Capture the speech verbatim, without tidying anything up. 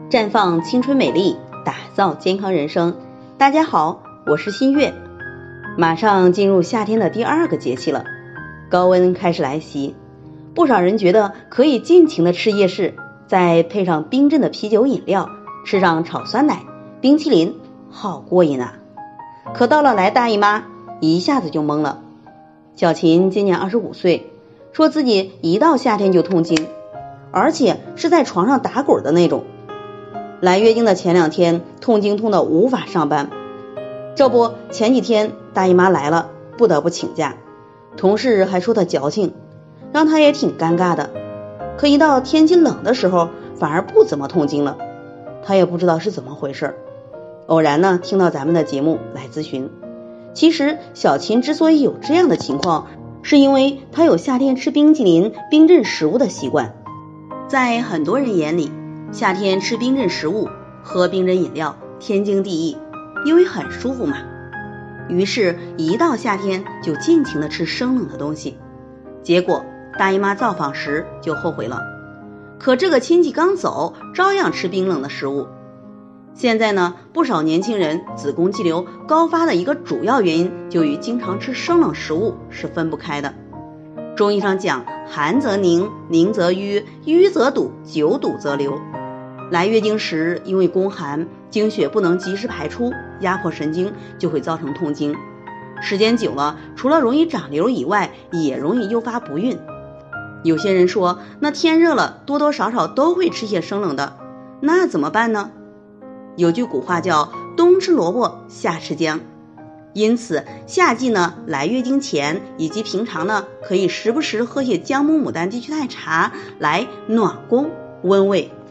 绽放青春美丽，打造健康人生。大家好，我是新月。马上进入夏天的第二个节气了，高温开始来袭，不少人觉得可以尽情的吃夜市，再配上冰镇的啤酒饮料，吃上炒酸奶、冰淇淋，好过瘾啊！可到了来大姨妈，一下子就懵了。小琴今年二十五岁，说自己一到夏天就痛经，而且是在床上打滚的那种。来月经的前两天，痛经痛得无法上班。这不，前几天大姨妈来了，不得不请假。同事还说她矫情，让她也挺尴尬的。可一到天气冷的时候，反而不怎么痛经了。她也不知道是怎么回事。偶然呢，听到咱们的节目来咨询。其实小琴之所以有这样的情况，是因为她有夏天吃冰淇淋、冰镇食物的习惯。在很多人眼里，夏天吃冰镇食物、喝冰镇饮料天经地义，因为很舒服嘛。于是一到夏天就尽情的吃生冷的东西，结果大姨妈造访时就后悔了。可这个亲戚刚走，照样吃冰冷的食物。现在呢，不少年轻人子宫肌瘤高发的一个主要原因，就与经常吃生冷食物是分不开的。中医上讲，寒则凝，凝则瘀，瘀则堵，久堵则流。来月经时，因为宫寒，经血不能及时排出，压迫神经，就会造成痛经。时间久了，除了容易长瘤以外，也容易诱发不孕。有些人说，那天热了，多多少少都会吃些生冷的，那怎么办呢？有句古话叫冬吃萝卜夏吃姜，因此夏季呢，来月经前以及平常呢，可以时不时喝些姜母牡丹地屈肽茶来暖宫温胃。